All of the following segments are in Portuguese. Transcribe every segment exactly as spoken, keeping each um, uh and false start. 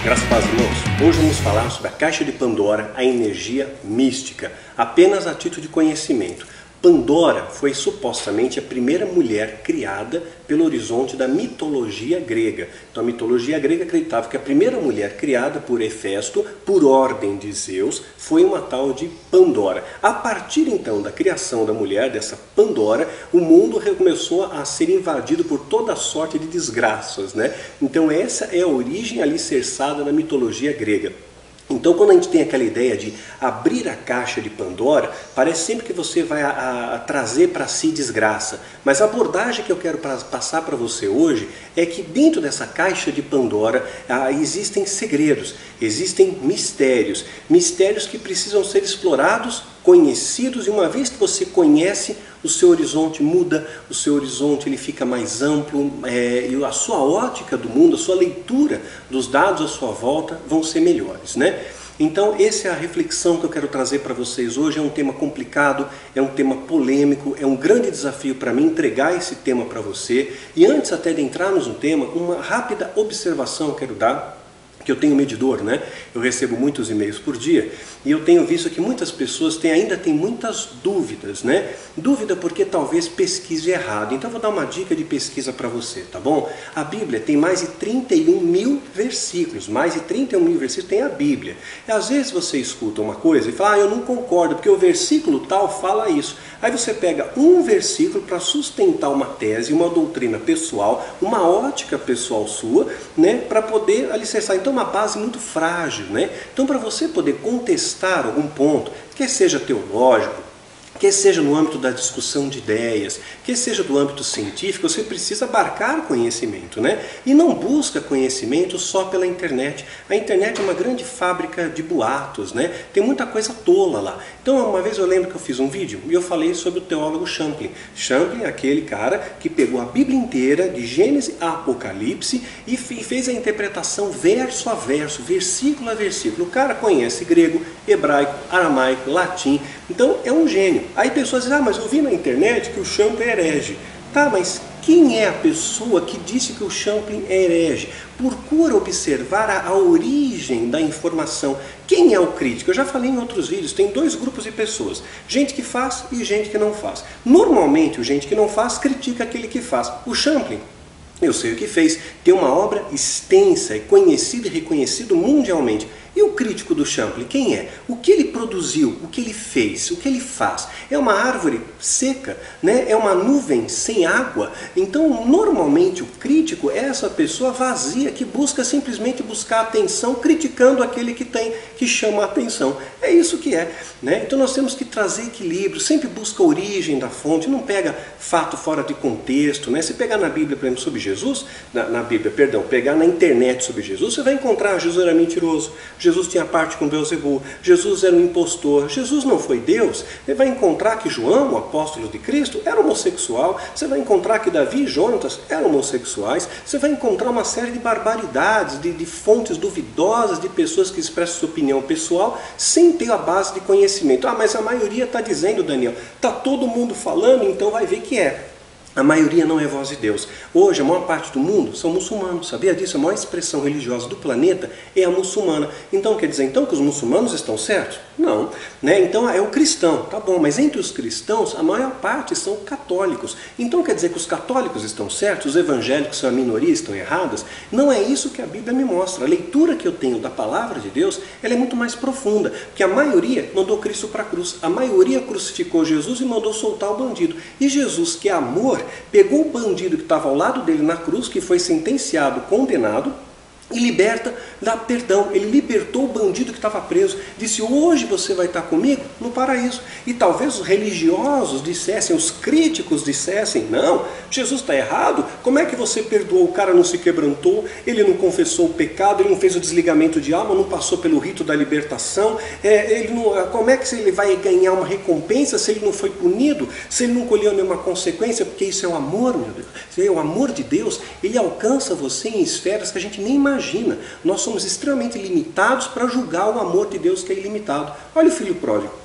Graças a Deus, irmãos. Hoje vamos falar sobre a caixa de Pandora, a energia mística, apenas a título de conhecimento. Pandora foi supostamente a primeira mulher criada pelo horizonte da mitologia grega. Então a mitologia grega acreditava que a primeira mulher criada por Hefesto, por ordem de Zeus, foi uma tal de Pandora. A partir então da criação da mulher, dessa Pandora, o mundo começou a ser invadido por toda sorte de desgraças, né? Então essa é a origem alicerçada na mitologia grega. Então quando a gente tem aquela ideia de abrir a caixa de Pandora, parece sempre que você vai a, a, a trazer para si desgraça. Mas a abordagem que eu quero pra, passar para você hoje é que dentro dessa caixa de Pandora ah, existem segredos, existem mistérios. Mistérios que precisam ser explorados, conhecidos, e uma vez que você conhece, o seu horizonte muda, o seu horizonte ele fica mais amplo, é, e a sua ótica do mundo, a sua leitura dos dados à sua volta vão ser melhores, né? Então essa é a reflexão que eu quero trazer para vocês hoje. É um tema complicado, é um tema polêmico, é um grande desafio para mim entregar esse tema para você. E antes até de entrarmos no tema, uma rápida observação eu quero dar, que eu tenho medidor, né? Eu recebo muitos e-mails por dia e eu tenho visto que muitas pessoas têm, ainda têm muitas dúvidas, né? Dúvida porque talvez pesquise errado. Então eu vou dar uma dica de pesquisa para você, tá bom? A Bíblia tem mais de trinta e um mil versículos, mais de trinta e um mil versículos tem a Bíblia. E às vezes você escuta uma coisa e fala, ah, eu não concordo, porque o versículo tal fala isso. Aí você pega um versículo para sustentar uma tese, uma doutrina pessoal, uma ótica pessoal sua, né? Para poder alicerçar. Então uma base muito frágil, né? Então para você poder contestar algum ponto, que seja teológico, que seja no âmbito da discussão de ideias, que seja do âmbito científico, você precisa abarcar conhecimento, né? E não busca conhecimento só pela internet. A internet é uma grande fábrica de boatos, né? Tem muita coisa tola lá. Então uma vez eu lembro que eu fiz um vídeo e eu falei sobre o teólogo Champlin. Champlin é aquele cara que pegou a Bíblia inteira, de Gênesis a Apocalipse, e fez a interpretação verso a verso, versículo a versículo. O cara conhece grego, hebraico, aramaico, latim, então é um gênio. Aí pessoas dizem, ah, mas eu vi na internet que o Champlin é herege. Tá, mas quem é a pessoa que disse que o Champlin é herege? Procura observar a, a origem da informação. Quem é o crítico? Eu já falei em outros vídeos, tem dois grupos de pessoas. Gente que faz e gente que não faz. Normalmente, o gente que não faz critica aquele que faz. O Champlin, eu sei o que fez, tem uma obra extensa e conhecida e reconhecida mundialmente. E o crítico do Champlin, quem é? O que ele produziu, o que ele fez, o que ele faz? É uma árvore seca, né? É uma nuvem sem água. Então, normalmente, o crítico é essa pessoa vazia, que busca simplesmente buscar atenção, criticando aquele que tem, que chama a atenção. É isso que é, né? Então nós temos que trazer equilíbrio, sempre busca a origem da fonte, não pega fato fora de contexto, né? Se pegar na Bíblia, por exemplo, sobre Jesus, na, na Bíblia, perdão, pegar na internet sobre Jesus, você vai encontrar Jesus era mentiroso, Jesus tinha parte com Beelzebul, Jesus era um impostor, Jesus não foi Deus. Você vai encontrar que João, o apóstolo de Cristo, era homossexual, você vai encontrar que Davi e Jonatas eram homossexuais, você vai encontrar uma série de barbaridades, de, de fontes duvidosas, de pessoas que expressam sua opinião pessoal, sem ter a base de conhecimento. Ah, mas a maioria está dizendo, Daniel, está todo mundo falando, então vai ver que é. A maioria não é voz de Deus. Hoje, a maior parte do mundo são muçulmanos. Sabia disso? A maior expressão religiosa do planeta é a muçulmana. Então, quer dizer então que os muçulmanos estão certos? Não. Né? Então, é o cristão. Tá bom, mas entre os cristãos, a maior parte são católicos. Então, quer dizer que os católicos estão certos? Os evangélicos são a minoria, estão erradas? Não é isso que a Bíblia me mostra. A leitura que eu tenho da palavra de Deus, ela é muito mais profunda. Porque a maioria mandou Cristo para a cruz. A maioria crucificou Jesus e mandou soltar o bandido. E Jesus, que é amor, pegou o bandido que estava ao lado dele na cruz, que foi sentenciado, condenado, e liberta, dá perdão. Ele libertou o bandido que estava preso. Disse, hoje você vai estar comigo no paraíso. E talvez os religiosos dissessem, os críticos dissessem, não, Jesus está errado. Como é que você perdoou? O cara não se quebrantou, ele não confessou o pecado, ele não fez o desligamento de alma, não passou pelo rito da libertação. É, ele não, como é que ele vai ganhar uma recompensa se ele não foi punido? Se ele não colheu nenhuma consequência? Porque isso é o amor, meu Deus. É o amor de Deus, ele alcança você em esferas que a gente nem imagina. Imagina, nós somos extremamente limitados para julgar o amor de Deus que é ilimitado. Olha o filho pródigo.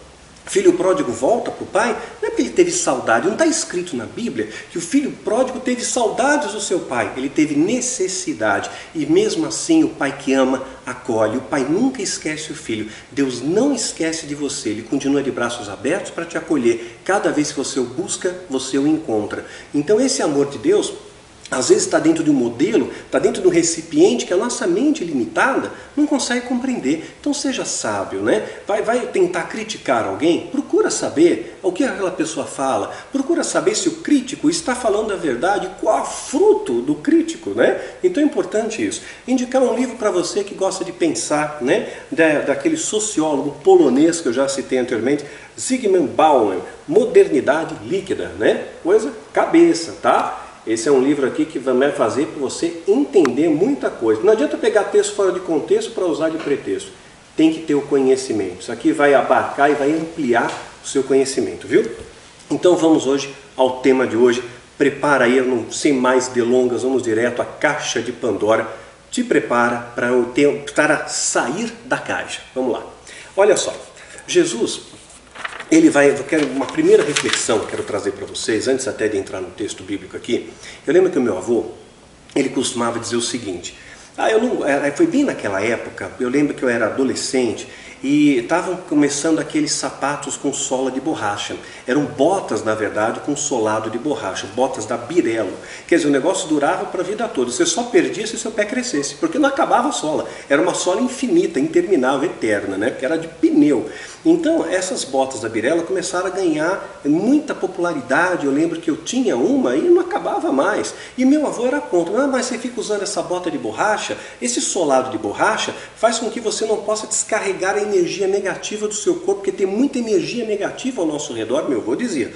Filho pródigo volta para o pai, não é porque ele teve saudade, não está escrito na Bíblia que o filho pródigo teve saudades do seu pai, ele teve necessidade, e mesmo assim o pai que ama acolhe, o pai nunca esquece o filho, Deus não esquece de você, ele continua de braços abertos para te acolher, cada vez que você o busca, você o encontra. Então esse amor de Deus, às vezes está dentro de um modelo, está dentro de um recipiente que a nossa mente limitada não consegue compreender. Então seja sábio, né? Vai, vai tentar criticar alguém? Procura saber o que aquela pessoa fala. Procura saber se o crítico está falando a verdade, qual é o fruto do crítico, né? Então é importante isso. Indicar um livro para você que gosta de pensar, né? Da, daquele sociólogo polonês que eu já citei anteriormente, Zygmunt Bauman, Modernidade Líquida, né? Coisa cabeça, tá? Esse é um livro aqui que vai fazer para você entender muita coisa. Não adianta pegar texto fora de contexto para usar de pretexto. Tem que ter o conhecimento. Isso aqui vai abarcar e vai ampliar o seu conhecimento, viu? Então vamos hoje ao tema de hoje. Prepara aí, não, sem mais delongas, vamos direto à caixa de Pandora. Te prepara para eu tentar sair da caixa. Vamos lá. Olha só, Jesus... Ele vai, eu quero uma primeira reflexão que quero trazer para vocês, antes até de entrar no texto bíblico aqui. Eu lembro que o meu avô, ele costumava dizer o seguinte, ah, eu não, foi bem naquela época, eu lembro que eu era adolescente, e estavam começando aqueles sapatos com sola de borracha. Eram botas, na verdade, com solado de borracha, botas da Birello. Quer dizer, o negócio durava para a vida toda. Você só perdia se seu pé crescesse, porque não acabava a sola. Era uma sola infinita, interminável, eterna, né? Porque era de pneu. Então, essas botas da Birello começaram a ganhar muita popularidade. Eu lembro que eu tinha uma e não acabava mais. E meu avô era contra. Ah, mas você fica usando essa bota de borracha? Esse solado de borracha faz com que você não possa descarregar a energia negativa do seu corpo, porque tem muita energia negativa ao nosso redor, meu avô dizia.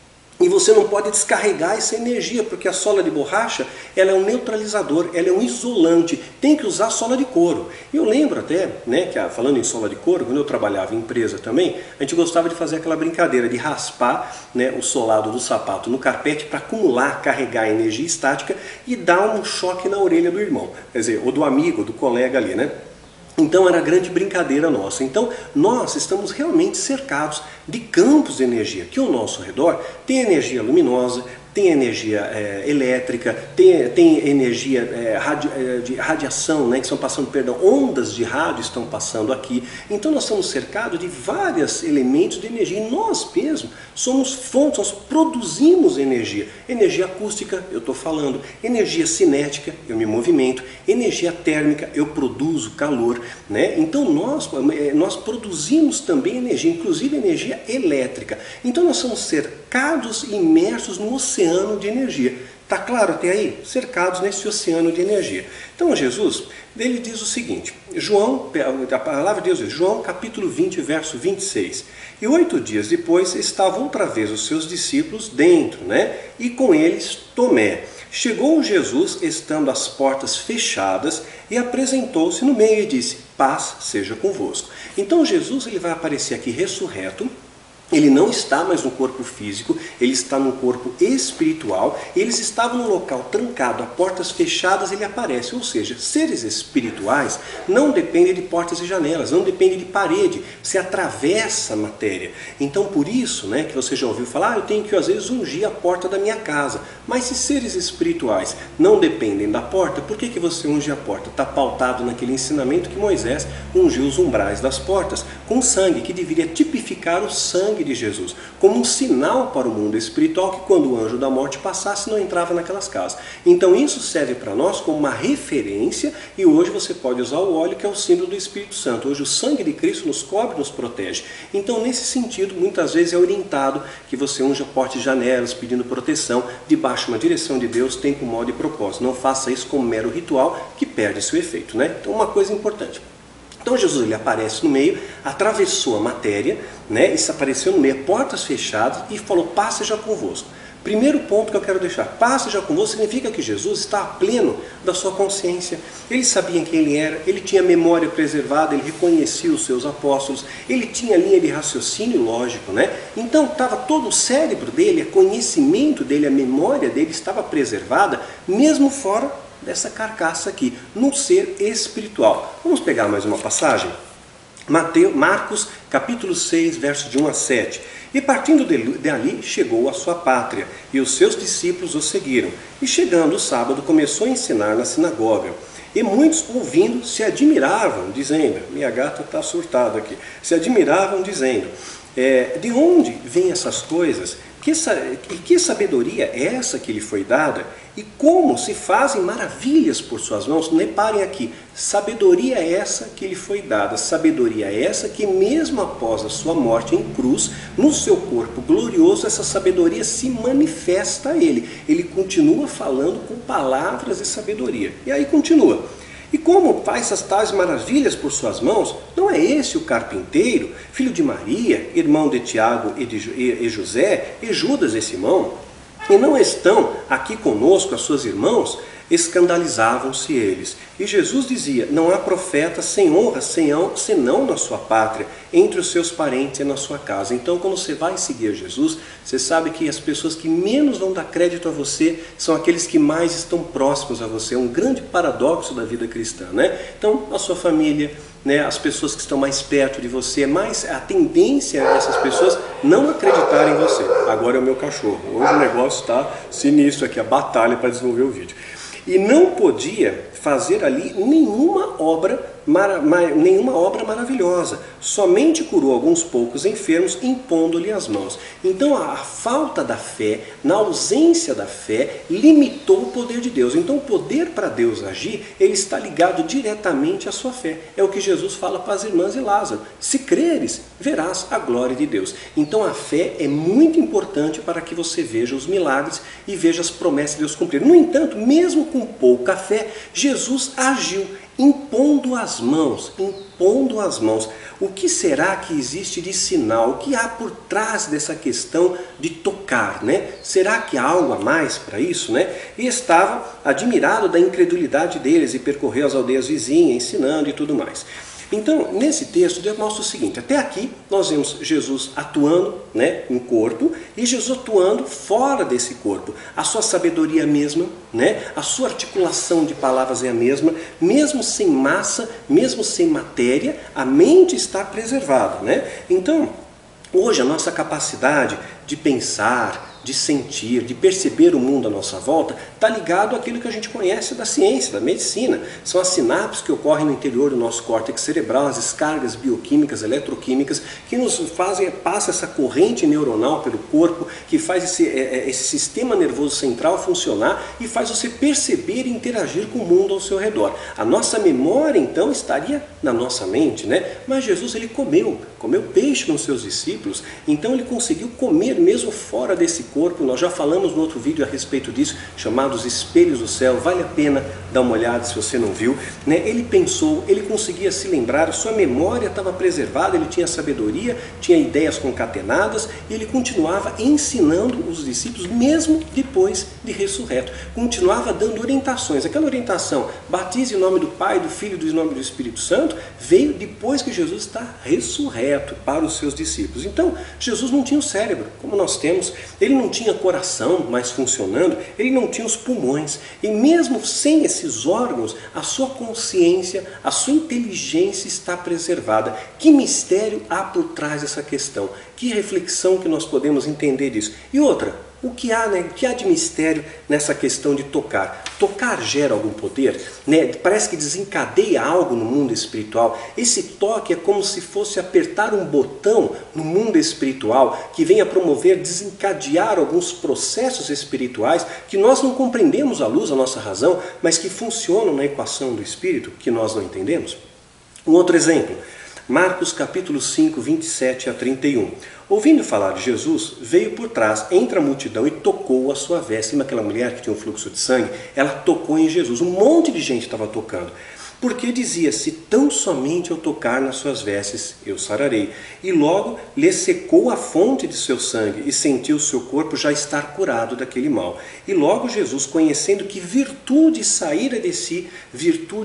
E você não pode descarregar essa energia, porque a sola de borracha ela é um neutralizador, ela é um isolante, tem que usar sola de couro. E eu lembro até, né, que falando em sola de couro, quando eu trabalhava em empresa também, a gente gostava de fazer aquela brincadeira de raspar, né, o solado do sapato no carpete para acumular, carregar a energia estática e dar um choque na orelha do irmão, quer dizer, ou do amigo, do colega ali, né? Então era grande brincadeira nossa. Então nós estamos realmente cercados de campos de energia, que ao nosso redor tem energia luminosa, tem energia é, elétrica, tem, tem energia é, radi, é, de radiação, né, que estão passando, perdão, ondas de rádio estão passando aqui. Então nós estamos cercados de vários elementos de energia e nós mesmos somos fontes, nós produzimos energia. Energia acústica, eu estou falando, energia cinética, eu me movimento, energia térmica, eu produzo calor, né? Então nós, nós produzimos também energia, inclusive energia elétrica. Então nós somos cercados e imersos no oceano de energia. Está claro até aí? Cercados nesse oceano de energia. Então Jesus, ele diz o seguinte, João, a palavra de Deus diz, João capítulo vinte, verso vinte e seis. E oito dias depois estavam outra vez os seus discípulos dentro, né? E com eles Tomé. Chegou Jesus, estando as portas fechadas, e apresentou-se no meio e disse, paz seja convosco. Então Jesus ele vai aparecer aqui ressurreto. Ele não está mais no corpo físico, ele está no corpo espiritual. Eles estavam no local trancado, a portas fechadas, ele aparece. Ou seja, seres espirituais não dependem de portas e janelas, não dependem de parede, se atravessa a matéria. Então por isso, né, que você já ouviu falar, ah, eu tenho que às vezes ungir a porta da minha casa. Mas se seres espirituais não dependem da porta, por que, que você unge a porta? Está pautado naquele ensinamento que Moisés ungiu os umbrais das portas com sangue, que deveria tipificar o sangue de Jesus, como um sinal para o mundo espiritual que quando o anjo da morte passasse não entrava naquelas casas. Então isso serve para nós como uma referência e hoje você pode usar o óleo que é o símbolo do Espírito Santo. Hoje o sangue de Cristo nos cobre, nos protege. Então nesse sentido muitas vezes é orientado que você unja portas e janelas pedindo proteção, debaixo de uma direção de Deus, tempo, modo e propósito. Não faça isso como mero ritual que perde seu efeito, né? Então uma coisa importante. Então Jesus ele aparece no meio, atravessou a matéria, né, e apareceu no meio, portas fechadas e falou, paz seja convosco. Primeiro ponto que eu quero deixar, paz seja convosco, significa que Jesus está a pleno da sua consciência. Ele sabia quem ele era, ele tinha memória preservada, ele reconhecia os seus apóstolos, ele tinha linha de raciocínio lógico, né? Então estava todo o cérebro dele, o conhecimento dele, a memória dele estava preservada, mesmo fora dessa carcaça aqui, num ser espiritual. Vamos pegar mais uma passagem? Mateus, Marcos capítulo seis, versos de um a sete. E partindo dali, chegou à sua pátria, e os seus discípulos o seguiram. E chegando o sábado, começou a ensinar na sinagoga. E muitos, ouvindo, se admiravam, dizendo, minha gata está surtada aqui, se admiravam, dizendo, é, de onde vêm essas coisas? Que, que sabedoria é essa que lhe foi dada? E como se fazem maravilhas por suas mãos? Reparem aqui, sabedoria é essa que lhe foi dada, sabedoria é essa que mesmo após a sua morte em cruz, no seu corpo glorioso, essa sabedoria se manifesta a ele. Ele continua falando com palavras de sabedoria. E aí continua. E como faz essas tais maravilhas por suas mãos, não é esse o carpinteiro, filho de Maria, irmão de Tiago e, de, e, e José, e Judas e Simão? E não estão aqui conosco as suas irmãos? Escandalizavam-se eles. E Jesus dizia, não há profeta sem honra, senão na sua pátria, entre os seus parentes e na sua casa. Então, quando você vai seguir Jesus, você sabe que as pessoas que menos vão dar crédito a você são aqueles que mais estão próximos a você. É um grande paradoxo da vida cristã, né? Então, a sua família, né, as pessoas que estão mais perto de você, mas a tendência é essas pessoas não acreditarem em você. Agora é o meu cachorro. Hoje o negócio está sinistro aqui, a batalha para desenvolver o vídeo. E não podia fazer ali nenhuma obra, mara, nenhuma obra maravilhosa. Somente curou alguns poucos enfermos, impondo-lhe as mãos. Então a, a falta da fé, na ausência da fé, limitou o poder de Deus. Então o poder para Deus agir, ele está ligado diretamente à sua fé. É o que Jesus fala para as irmãs de Lázaro. Se creres, verás a glória de Deus. Então a fé é muito importante para que você veja os milagres e veja as promessas de Deus cumprir. No entanto, mesmo com pouca fé, Jesus agiu, impondo as mãos, impondo as mãos. O que será que existe de sinal? O que há por trás dessa questão de tocar, né? Será que há algo a mais para isso, né? E estava admirado da incredulidade deles e percorreu as aldeias vizinhas, ensinando e tudo mais. Então, nesse texto, Deus mostra o seguinte, até aqui nós vemos Jesus atuando, né, em corpo, e Jesus atuando fora desse corpo. A sua sabedoria é a mesma, né, a sua articulação de palavras é a mesma, mesmo sem massa, mesmo sem matéria, a mente está preservada, né? Então, hoje a nossa capacidade de pensar, de sentir, de perceber o mundo à nossa volta, está ligado àquilo que a gente conhece da ciência, da medicina. São as sinapses que ocorrem no interior do nosso córtex cerebral, as descargas bioquímicas, eletroquímicas, que nos fazem, passa essa corrente neuronal pelo corpo, que faz esse, esse sistema nervoso central funcionar e faz você perceber e interagir com o mundo ao seu redor. A nossa memória, então, estaria na nossa mente, né? Mas Jesus, ele comeu, comeu peixe com os seus discípulos, então ele conseguiu comer mesmo fora desse corpo. Nós já falamos no outro vídeo a respeito disso, chamados espelhos do céu, vale a pena dar uma olhada se você não viu, né? Ele pensou, ele conseguia se lembrar, a sua memória estava preservada, ele tinha sabedoria, tinha ideias concatenadas, e ele continuava ensinando os discípulos, mesmo depois de ressurreto, continuava dando orientações. Aquela orientação, batize em nome do Pai, do Filho e do nome do Espírito Santo, veio depois que Jesus está ressurreto para os seus discípulos. Então, Jesus não tinha o cérebro, como nós temos, ele não tinha coração mais funcionando, ele não tinha os pulmões, e mesmo sem esses órgãos, a sua consciência, a sua inteligência está preservada. Que mistério há por trás dessa questão? Que reflexão que nós podemos entender disso? E outra, o que há, né? O que há de mistério nessa questão de tocar? Tocar gera algum poder, né? Parece que desencadeia algo no mundo espiritual. Esse toque é como se fosse apertar um botão no mundo espiritual que vem a promover, desencadear alguns processos espirituais que nós não compreendemos à luz da nossa razão, mas que funcionam na equação do espírito que nós não entendemos. Um outro exemplo, Marcos capítulo cinco, vinte e sete a trinta e um. Ouvindo falar de Jesus, veio por trás, entre a multidão, e tocou a sua veste. Aquela mulher que tinha um fluxo de sangue, ela tocou em Jesus. Um monte de gente estava tocando. Porque dizia, se tão somente eu tocar nas suas vestes, eu sararei. E logo lhe secou a fonte de seu sangue, e sentiu o seu corpo já estar curado daquele mal. E logo Jesus, conhecendo que virtude saíra de si, virtude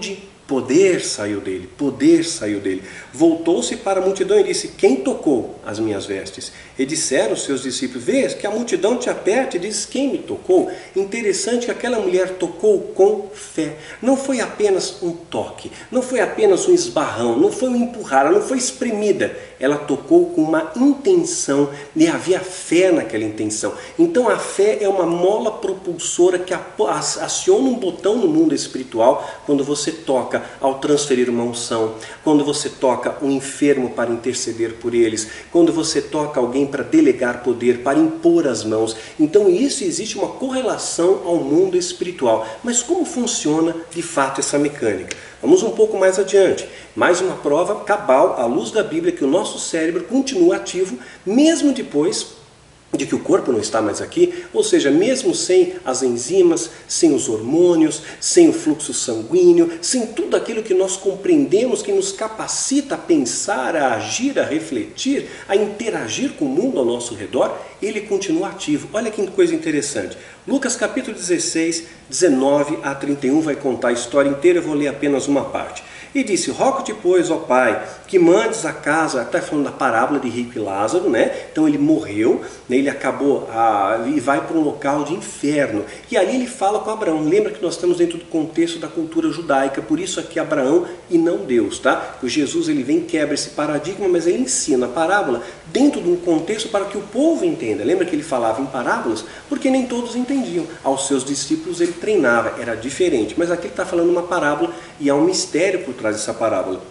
Poder saiu dele, poder saiu dele. Voltou-se para a multidão e disse: quem tocou as minhas vestes? E disseram os seus discípulos: vês que a multidão te aperta e diz: quem me tocou? Interessante que aquela mulher tocou com fé. Não foi apenas um toque, não foi apenas um esbarrão, não foi um empurrar, ela não foi espremida. Ela tocou com uma intenção e havia fé naquela intenção. Então a fé é uma mola propulsora que aciona um botão no mundo espiritual quando você toca ao transferir uma unção, quando você toca um enfermo para interceder por eles, quando você toca alguém para delegar poder, para impor as mãos. Então isso existe uma correlação ao mundo espiritual. Mas como funciona de fato essa mecânica? Vamos um pouco mais adiante. Mais uma prova cabal, à luz da Bíblia, que o nosso cérebro continua ativo, mesmo depois de que o corpo não está mais aqui, ou seja, mesmo sem as enzimas, sem os hormônios, sem o fluxo sanguíneo, sem tudo aquilo que nós compreendemos, que nos capacita a pensar, a agir, a refletir, a interagir com o mundo ao nosso redor, ele continua ativo. Olha que coisa interessante. Lucas capítulo dezesseis, dezenove a trinta e um vai contar a história inteira, eu vou ler apenas uma parte. E disse: rogo-te, pois, ó Pai, que mandes a casa, está falando da parábola de Rico e Lázaro, né? Então ele morreu, né? Ele acabou a, e vai para um local de inferno. E ali ele fala com Abraão. Lembra que nós estamos dentro do contexto da cultura judaica, por isso aqui Abraão e não Deus, tá? O Jesus ele vem, quebra esse paradigma, mas ele ensina a parábola dentro de um contexto para que o povo entenda. Lembra que ele falava em parábolas? Porque nem todos entendiam. Aos seus discípulos ele treinava, era diferente. Mas aqui ele está falando uma parábola e há um mistério por trás dessa parábola.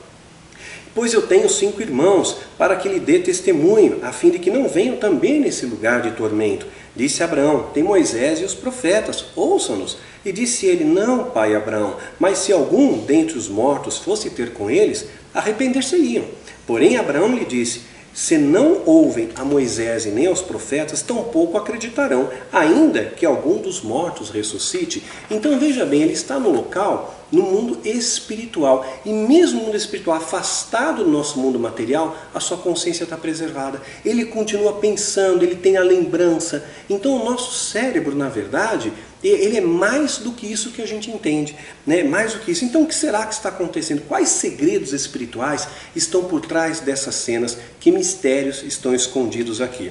Pois eu tenho cinco irmãos, para que lhe dê testemunho, a fim de que não venham também nesse lugar de tormento. Disse Abraão: tem Moisés e os profetas, ouçam-nos. E disse ele: não, pai Abraão, mas se algum dentre os mortos fosse ter com eles, arrepender-se-iam. Porém Abraão lhe disse: se não ouvem a Moisés e nem aos profetas, tampouco acreditarão, ainda que algum dos mortos ressuscite. Então veja bem, ele está no local, no mundo espiritual. E mesmo no mundo espiritual, afastado do nosso mundo material, a sua consciência está preservada. Ele continua pensando, ele tem a lembrança. Então o nosso cérebro, na verdade, ele é mais do que isso que a gente entende, né? Mais do que isso. Então o que será que está acontecendo? Quais segredos espirituais estão por trás dessas cenas? Que mistérios estão escondidos aqui?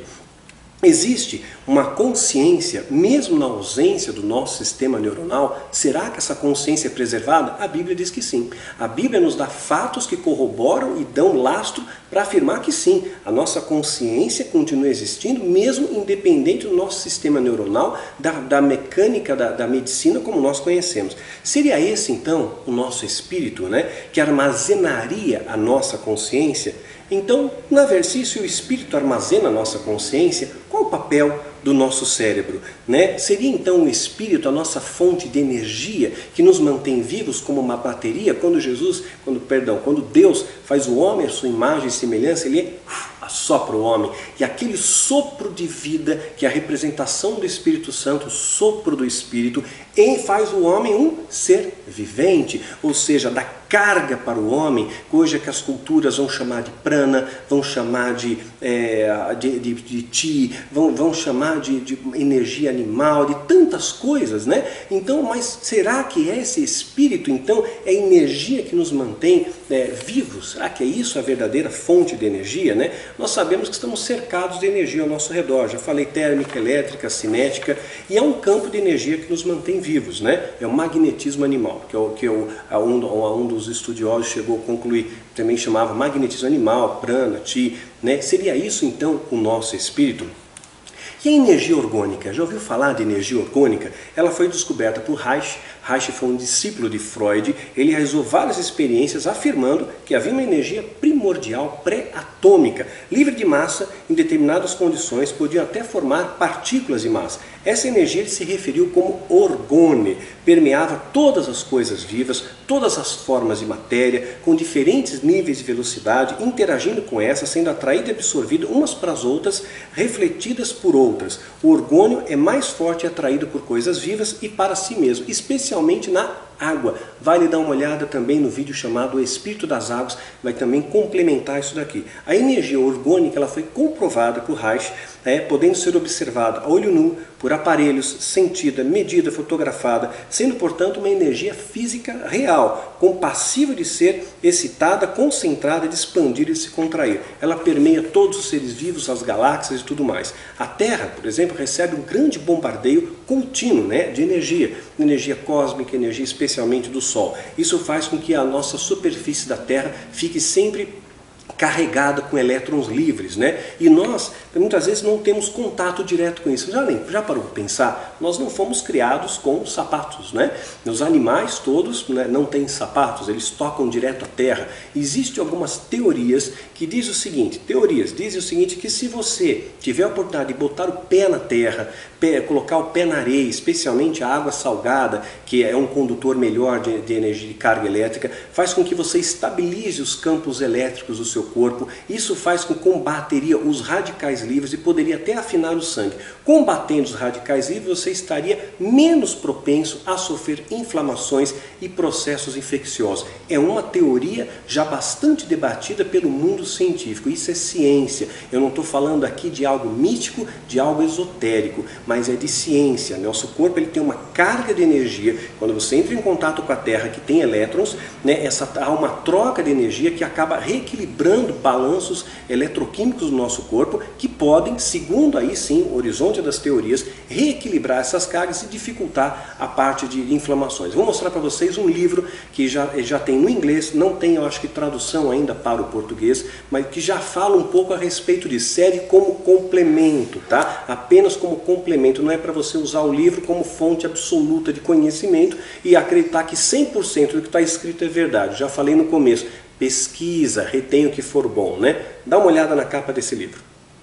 Existe uma consciência, mesmo na ausência do nosso sistema neuronal? Será que essa consciência é preservada? A Bíblia diz que sim. A Bíblia nos dá fatos que corroboram e dão lastro para afirmar que sim, a nossa consciência continua existindo, mesmo independente do nosso sistema neuronal, da, da mecânica da, da medicina como nós conhecemos. Seria esse então o nosso espírito, né, que armazenaria a nossa consciência? Então, na verdade, se o espírito armazena a nossa consciência, qual o papel do nosso cérebro, né? Seria então o espírito a nossa fonte de energia que nos mantém vivos como uma bateria? Quando Jesus, quando perdão, quando Deus faz o homem à sua imagem e semelhança, ele assopra o homem, e aquele sopro de vida, que é a representação do Espírito Santo, o sopro do Espírito, e faz o homem um ser vivente, ou seja, dá carga para o homem, coisa que as culturas vão chamar de prana, vão chamar de, é, de, de, de chi, vão, vão chamar de, de energia animal, de tantas coisas, né? Então, mas será que esse Espírito, então, é a energia que nos mantém é, vivos? Será que é isso a verdadeira fonte de energia, né? Nós sabemos que estamos cercados de energia ao nosso redor. Já falei térmica, elétrica, cinética, e é um campo de energia que nos mantém vivos, né? É o magnetismo animal, que é, o, que é o, a um, a um dos estudiosos chegou a concluir, também chamava magnetismo animal, prana, chi, né? Seria isso então o nosso espírito? E a energia orgânica? Já ouviu falar de energia orgânica? Ela foi descoberta por Reich. Reich foi um discípulo de Freud. Ele realizou várias experiências afirmando que havia uma energia primordial pré-atômica, livre de massa, em determinadas condições, podia até formar partículas de massa. Essa energia ele se referiu como orgone, permeava todas as coisas vivas, todas as formas de matéria, com diferentes níveis de velocidade, interagindo com essas, sendo atraída e absorvida umas para as outras, refletidas por outras. O orgônio é mais forte e atraído por coisas vivas e para si mesmo, especialmente na água. Vale dar uma olhada também no vídeo chamado O Espírito das Águas, vai também complementar isso daqui. A energia orgânica ela foi comprovada por Reich é, podendo ser observada a olho nu por aparelhos, sentida, medida, fotografada, sendo, portanto, uma energia física real, compassível de ser excitada, concentrada, de expandir e de se contrair. Ela permeia todos os seres vivos, as galáxias e tudo mais. A Terra, por exemplo, recebe um grande bombardeio contínuo, né, de energia, energia cósmica, energia especialmente do Sol. Isso faz com que a nossa superfície da Terra fique sempre carregada com elétrons livres, né? E nós, muitas vezes, não temos contato direto com isso. Já, já parou para pensar? Nós não fomos criados com sapatos, né? Os animais todos, né, não têm sapatos, eles tocam direto à terra. Existem algumas teorias que dizem o seguinte, teorias dizem o seguinte, que se você tiver a oportunidade de botar o pé na terra, pé, colocar o pé na areia, especialmente a água salgada, que é um condutor melhor de, de energia de carga elétrica, faz com que você estabilize os campos elétricos do seu corpo. Isso faz com que combateria os radicais livres e poderia até afinar o sangue. Combatendo os radicais livres, você estaria menos propenso a sofrer inflamações e processos infecciosos. É uma teoria já bastante debatida pelo mundo científico. Isso é ciência. Eu não estou falando aqui de algo místico, de algo esotérico, mas é de ciência. Nosso corpo ele tem uma carga de energia. Quando você entra em contato com a Terra, que tem elétrons, né, essa, há uma troca de energia que acaba reequilibrando balanços eletroquímicos do nosso corpo, que podem, segundo aí sim o horizonte das teorias, reequilibrar essas cargas e dificultar a parte de inflamações. Vou mostrar para vocês um livro que já, já tem no inglês, não tem, eu acho que tradução ainda para o português, mas que já fala um pouco a respeito de série como complemento, tá? Apenas como complemento, não é para você usar o livro como fonte absoluta de conhecimento e acreditar que cem por cento do que está escrito é verdade. Já falei no começo, pesquisa, retenha o que for bom, né? Dá uma olhada na capa desse livro.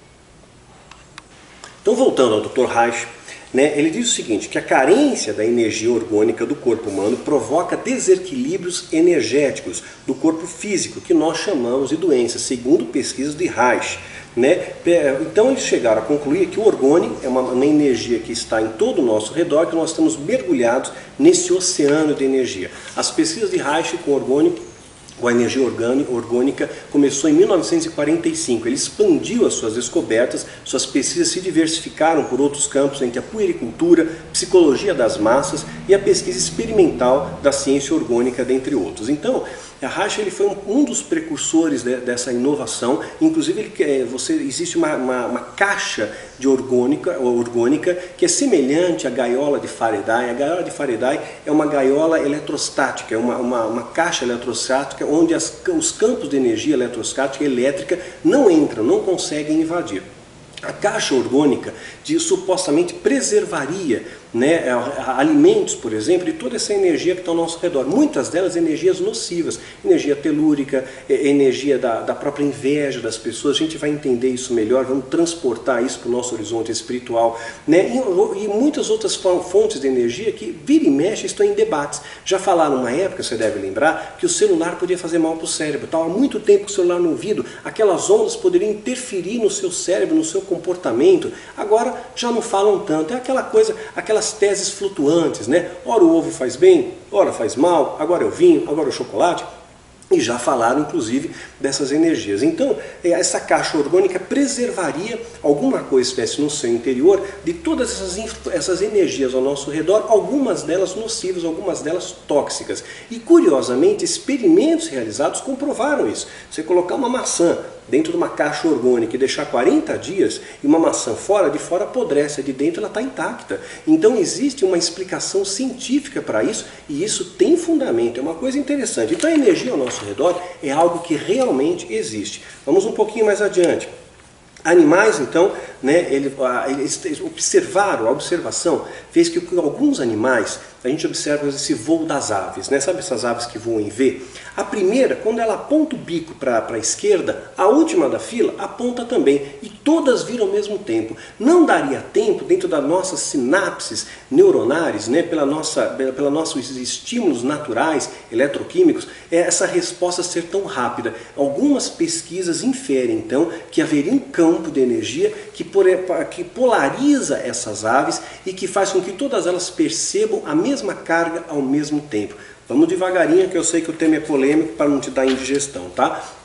Então, voltando ao doutor Reich, né, ele diz o seguinte, que a carência da energia orgânica do corpo humano provoca desequilíbrios energéticos do corpo físico, que nós chamamos de doenças, segundo pesquisas de Reich. Né? Então eles chegaram a concluir que o orgônio é uma, uma energia que está em todo o nosso redor, que nós estamos mergulhados nesse oceano de energia. As pesquisas de Reich com orgônio, com a energia orgânica, começou em mil novecentos e quarenta e cinco. Ele expandiu as suas descobertas, suas pesquisas se diversificaram por outros campos, entre a puericultura, psicologia das massas e a pesquisa experimental da ciência orgânica, dentre outros. Então, a Reich ele foi um, um dos precursores de, dessa inovação. Inclusive, ele, você, existe uma, uma, uma caixa de orgânica, orgânica que é semelhante à gaiola de Faraday. A gaiola de Faraday é uma gaiola eletrostática, é uma, uma, uma caixa eletrostática onde as, os campos de energia eletrostática e elétrica não entram, não conseguem invadir. A caixa orgânica de, supostamente preservaria, né, alimentos, por exemplo, de toda essa energia que está ao nosso redor. Muitas delas energias nocivas, energia telúrica, energia da, da própria inveja das pessoas. A gente vai entender isso melhor, vamos transportar isso para o nosso horizonte espiritual, né, e, e muitas outras fontes de energia que vira e mexe estão em debates. Já falaram numa época, você deve lembrar, que o celular podia fazer mal para o cérebro. Estava há muito tempo com o celular no ouvido, aquelas ondas poderiam interferir no seu cérebro, no seu comportamento. Agora já não falam tanto, é aquela coisa, aquelas teses flutuantes, né? Ora o ovo faz bem, ora faz mal, agora é o vinho, agora é o chocolate. E já falaram, inclusive, dessas energias. Então, essa caixa orgânica preservaria alguma coisa espécie no seu interior de todas essas, essas energias ao nosso redor, algumas delas nocivas, algumas delas tóxicas. E, curiosamente, experimentos realizados comprovaram isso. Você colocar uma maçã dentro de uma caixa orgânica e deixar quarenta dias, e uma maçã fora, de fora apodrece, de dentro ela está intacta. Então existe uma explicação científica para isso, e isso tem fundamento, é uma coisa interessante. Então a energia ao nosso redor é algo que realmente existe. Vamos um pouquinho mais adiante. Animais, então, né, eles observaram, a observação fez que alguns animais, a gente observa esse voo das aves, né? Sabe essas aves que voam em V? A primeira, quando ela aponta o bico para a esquerda, a última da fila aponta também, e todas viram ao mesmo tempo. Não daria tempo, dentro das nossas sinapses neuronais, né, pela nossa, pela nossos estímulos naturais, eletroquímicos, essa resposta ser tão rápida. Algumas pesquisas inferem, então, que haveria um campo de energia que, que polariza essas aves e que faz com que todas elas percebam a mesma carga ao mesmo tempo. Vamos devagarinho, que eu sei que o tema é polêmico, para não te dar indigestão, tá?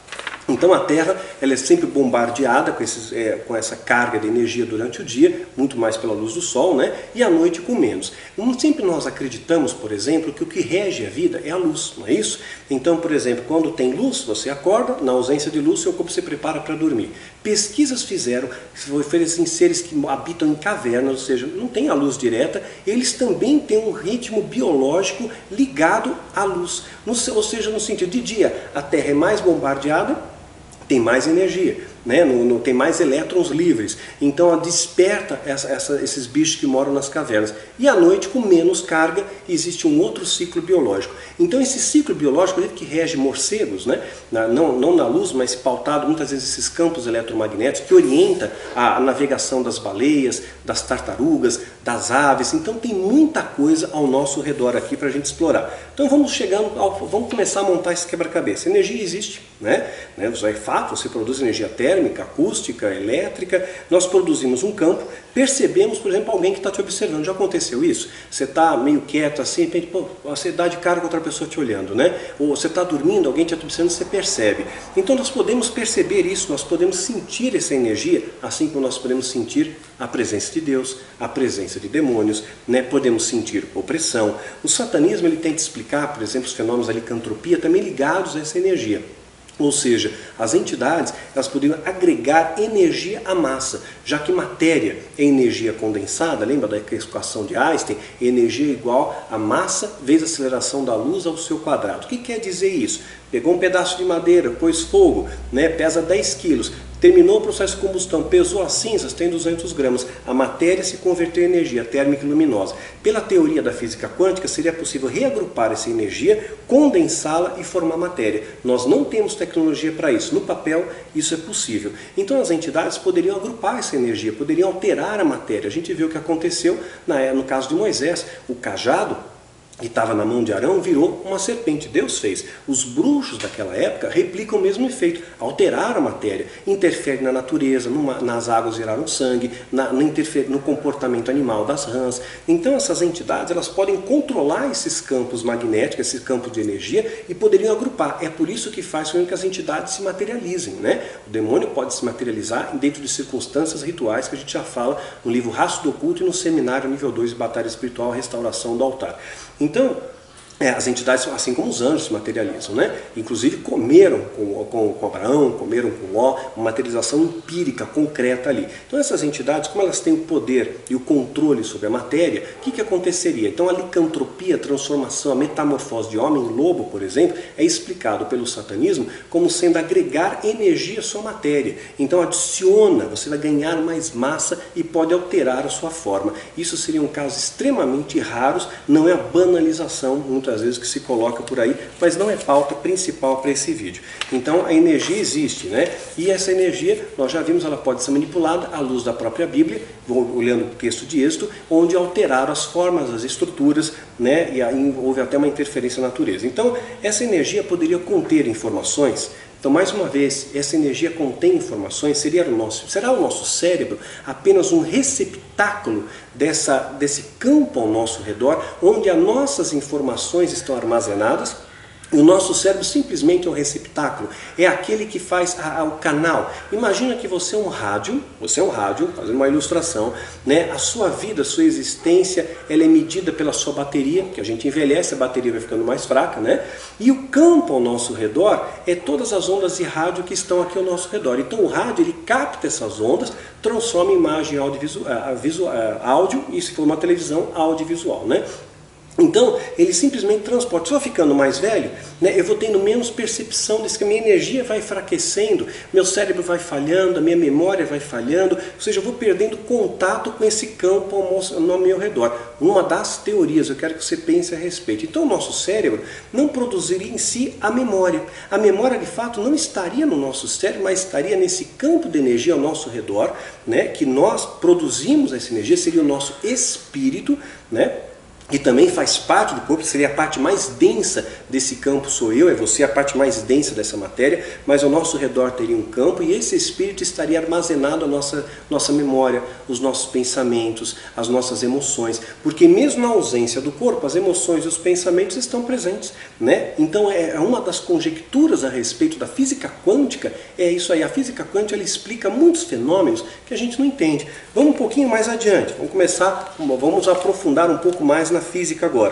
Então a Terra ela é sempre bombardeada com, esses, é, com essa carga de energia durante o dia, muito mais pela luz do Sol, né? E à noite com menos. Sempre nós acreditamos, por exemplo, que o que rege a vida é a luz, não é isso? Então, por exemplo, quando tem luz, você acorda, na ausência de luz, seu corpo se prepara para dormir. Pesquisas fizeram, oferecem seres que habitam em cavernas, ou seja, não tem a luz direta, eles também têm um ritmo biológico ligado à luz. No, ou seja, no sentido de dia, a Terra é mais bombardeada, tem mais energia, né? no, no, tem mais elétrons livres, então ela desperta essa, essa, esses bichos que moram nas cavernas. E à noite, com menos carga, existe um outro ciclo biológico. Então esse ciclo biológico que rege morcegos, né? na, não, não na luz, mas pautado muitas vezes esses campos eletromagnéticos, que orienta a, a navegação das baleias, das tartarugas, das aves. Então tem muita coisa ao nosso redor aqui para a gente explorar. Então vamos chegando, ao, vamos começar a montar esse quebra-cabeça. Energia existe, né? né? É fato, você produz energia térmica, acústica, elétrica. Nós produzimos um campo, percebemos, por exemplo, alguém que está te observando. Já aconteceu isso? Você está meio quieto assim, de repente, pô, você dá de cara com outra pessoa te olhando, né? Ou você está dormindo, alguém te observando, você percebe. Então nós podemos perceber isso, nós podemos sentir essa energia, assim como nós podemos sentir a presença de Deus, a presença de demônios, né? Podemos sentir opressão. O satanismo ele tenta explicar, por exemplo, os fenômenos da licantropia também ligados a essa energia. Ou seja, as entidades elas poderiam agregar energia à massa, já que matéria é energia condensada, lembra da equação de Einstein? Energia igual a massa vezes a aceleração da luz ao seu quadrado. O que quer dizer isso? Pegou um pedaço de madeira, pôs fogo, né, pesa dez quilos. Terminou o processo de combustão, pesou as cinzas, tem duzentos gramas. A matéria se converteu em energia térmica e luminosa. Pela teoria da física quântica, seria possível reagrupar essa energia, condensá-la e formar matéria. Nós não temos tecnologia para isso. No papel, isso é possível. Então as entidades poderiam agrupar essa energia, poderiam alterar a matéria. A gente viu o que aconteceu no caso de Moisés. O cajado que estava na mão de Arão, virou uma serpente. Deus fez. Os bruxos daquela época replicam o mesmo efeito, alteraram a matéria, interferem na natureza, numa, nas águas viraram sangue, na, no, no comportamento animal das rãs. Então essas entidades elas podem controlar esses campos magnéticos, esse campo de energia, e poderiam agrupar. É por isso que faz com que as entidades se materializem, né? O demônio pode se materializar dentro de circunstâncias rituais que a gente já fala no livro Rastro do Oculto e no seminário nível dois de Batalha Espiritual, Restauração do Altar. Então, é, as entidades, assim como os anjos, se materializam, né? Inclusive comeram com, com, com Abraão, comeram com Ló, uma materialização empírica, concreta ali. Então essas entidades, como elas têm o poder e o controle sobre a matéria, o que, que aconteceria? Então a licantropia, a transformação, a metamorfose de homem em lobo, por exemplo, é explicado pelo satanismo como sendo agregar energia à sua matéria. Então adiciona, você vai ganhar mais massa e pode alterar a sua forma. Isso seria um caso extremamente raro, não é a banalização, muitas vezes que se coloca por aí, mas não é pauta principal para esse vídeo. Então a energia existe, né? E essa energia, nós já vimos, ela pode ser manipulada à luz da própria Bíblia, olhando o texto de Êxodo, onde alteraram as formas, as estruturas, né? E aí houve até uma interferência na natureza. Então essa energia poderia conter informações. Então, mais uma vez, essa energia contém informações, seria o nosso, será o nosso cérebro apenas um receptáculo dessa, desse campo ao nosso redor, onde as nossas informações estão armazenadas. E o nosso cérebro simplesmente é um receptáculo, é aquele que faz a, a, o canal. Imagina que você é um rádio, você é um rádio, fazendo uma ilustração, né? A sua vida, a sua existência, ela é medida pela sua bateria, que a gente envelhece, a bateria vai ficando mais fraca, né? E o campo ao nosso redor é todas as ondas de rádio que estão aqui ao nosso redor. Então o rádio, ele capta essas ondas, transforma em imagem audiovisual, áudio, e se for uma televisão, audiovisual, né? Então, ele simplesmente transporta. Se eu vou ficando mais velho, né, eu vou tendo menos percepção disso, que a minha energia vai enfraquecendo, meu cérebro vai falhando, a minha memória vai falhando, ou seja, eu vou perdendo contato com esse campo ao meu redor. Uma das teorias, eu quero que você pense a respeito. Então, o nosso cérebro não produziria em si a memória. A memória, de fato, não estaria no nosso cérebro, mas estaria nesse campo de energia ao nosso redor, né, que nós produzimos essa energia, seria o nosso espírito, né? que também faz parte do corpo, seria a parte mais densa desse campo, sou eu, é você, a parte mais densa dessa matéria, mas ao nosso redor teria um campo e esse espírito estaria armazenado a nossa, nossa memória, os nossos pensamentos, as nossas emoções, porque mesmo na ausência do corpo, as emoções e os pensamentos estão presentes, né? Então é uma das conjecturas a respeito da física quântica, é isso aí, a física quântica ela explica muitos fenômenos que a gente não entende. Vamos um pouquinho mais adiante, vamos começar, vamos aprofundar um pouco mais na física agora.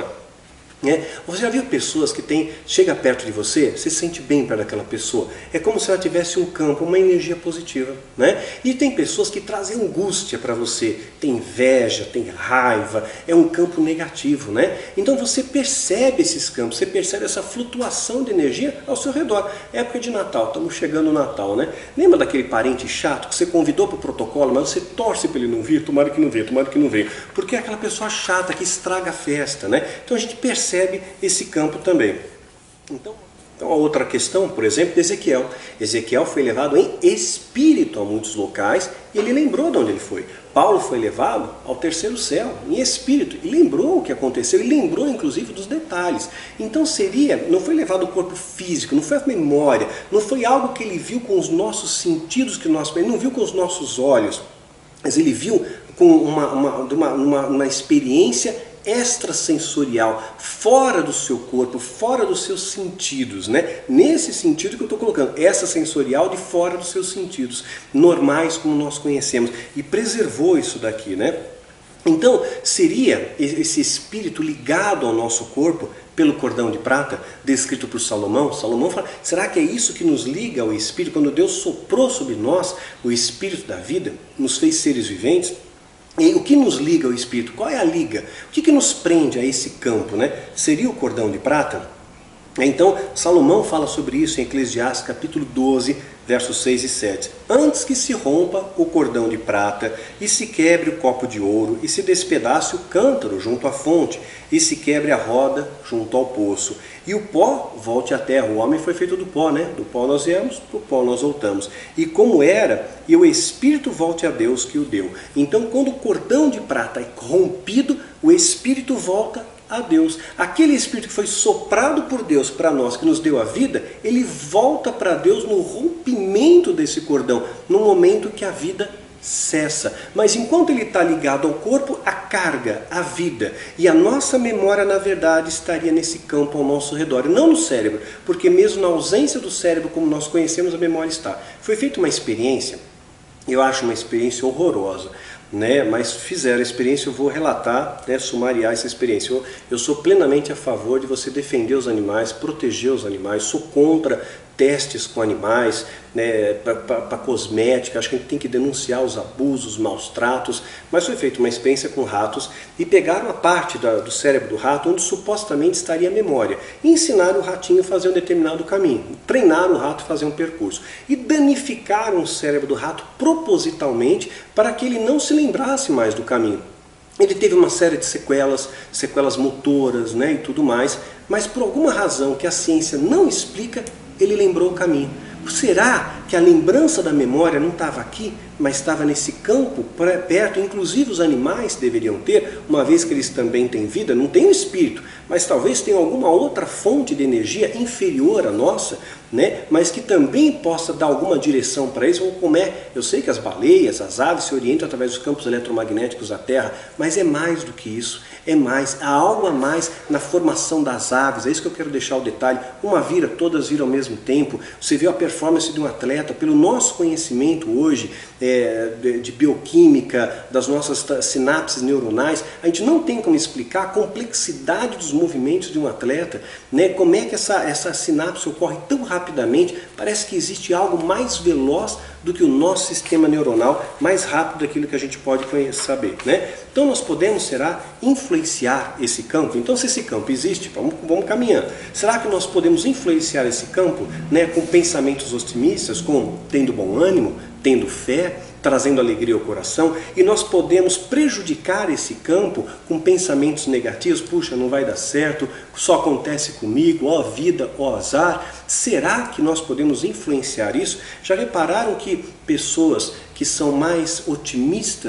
É, você já viu pessoas que tem, chega perto de você, você se sente bem perto daquela pessoa, é como se ela tivesse um campo, uma energia positiva, né? E tem pessoas que trazem angústia para você, tem inveja, tem raiva, é um campo negativo, né? Então você percebe esses campos, você percebe essa flutuação de energia ao seu redor. Época de Natal, estamos chegando no Natal, né? Lembra daquele parente chato que você convidou para o protocolo, mas você torce para ele não vir, tomara que não venha, tomara que não venha, porque é aquela pessoa chata que estraga a festa, né? Então a gente percebe percebe esse campo também. Então, então a outra questão, por exemplo, de Ezequiel. Ezequiel foi levado em espírito a muitos locais e ele lembrou de onde ele foi. Paulo foi levado ao terceiro céu, em espírito, e lembrou o que aconteceu, e lembrou inclusive dos detalhes. Então seria, não foi levado o corpo físico, não foi a memória, não foi algo que ele viu com os nossos sentidos, que nós, ele não viu com os nossos olhos, mas ele viu com uma, uma, uma, uma, uma experiência extrasensorial, fora do seu corpo, fora dos seus sentidos, né? Nesse sentido que eu estou colocando, extrasensorial de fora dos seus sentidos, normais como nós conhecemos, e preservou isso daqui, né? Então, seria esse espírito ligado ao nosso corpo pelo cordão de prata, descrito por Salomão. Salomão fala, será que é isso que nos liga ao espírito? Quando Deus soprou sobre nós o espírito da vida, nos fez seres viventes, e o que nos liga ao espírito? Qual é a liga? O que, que nos prende a esse campo, né? Seria o cordão de prata? Então, Salomão fala sobre isso em Eclesiastes capítulo doze, versos seis e sete. Antes que se rompa o cordão de prata, e se quebre o copo de ouro, e se despedace o cântaro junto à fonte, e se quebre a roda junto ao poço, e o pó volte à terra. O homem foi feito do pó, né? Do pó nós viemos, do pó nós voltamos. E como era, e o espírito volte a Deus que o deu. Então, quando o cordão de prata é rompido, o espírito volta a Deus. Aquele espírito que foi soprado por Deus para nós, que nos deu a vida, ele volta para Deus no rompimento desse cordão, no momento que a vida cessa. Mas enquanto ele está ligado ao corpo, a carga, a vida e a nossa memória, na verdade, estaria nesse campo ao nosso redor, e não no cérebro, porque mesmo na ausência do cérebro, como nós conhecemos, a memória está. Foi feita uma experiência, eu acho uma experiência horrorosa, né? Mas fizeram a experiência, eu vou relatar, né, sumariar essa experiência. Eu, eu sou plenamente a favor de você defender os animais, proteger os animais, sou contra testes com animais, né, para cosmética. Acho que a gente tem que denunciar os abusos, os maus tratos, mas foi feita uma experiência com ratos e pegaram a parte da, do cérebro do rato onde supostamente estaria a memória e ensinaram o ratinho a fazer um determinado caminho, treinaram o rato a fazer um percurso e danificaram o cérebro do rato propositalmente para que ele não se lembrasse mais do caminho. Ele teve uma série de sequelas, sequelas motoras, né, e tudo mais, mas por alguma razão que a ciência não explica, ele lembrou o caminho. Será que a lembrança da memória não estava aqui, mas estava nesse campo perto? Inclusive os animais deveriam ter, uma vez que eles também têm vida, não têm um espírito, mas talvez tenham alguma outra fonte de energia inferior à nossa, né? Mas que também possa dar alguma direção para eles, como é, eu sei que as baleias, as aves se orientam através dos campos eletromagnéticos da Terra, mas é mais do que isso, é mais, há algo a mais na formação das aves, é isso que eu quero deixar o detalhe. Uma vira, todas viram ao mesmo tempo. Você vê a performance de um atleta, pelo nosso conhecimento hoje, é, de, de bioquímica, das nossas sinapses neuronais, a gente não tem como explicar a complexidade dos movimentos de um atleta, né? Como é que essa, essa sinapse ocorre tão rapidamente, parece que existe algo mais veloz do que o nosso sistema neuronal, mais rápido daquilo que a gente pode saber, né? Então nós podemos, será, influenciar esse campo? Então se esse campo existe, vamos, vamos caminhando. Será que nós podemos influenciar esse campo, né, com pensamentos otimistas, com tendo bom ânimo, tendo fé, trazendo alegria ao coração, e nós podemos prejudicar esse campo com pensamentos negativos? Puxa, não vai dar certo, só acontece comigo, ó vida, ó azar. Será que nós podemos influenciar isso? Já repararam que pessoas que são mais otimistas,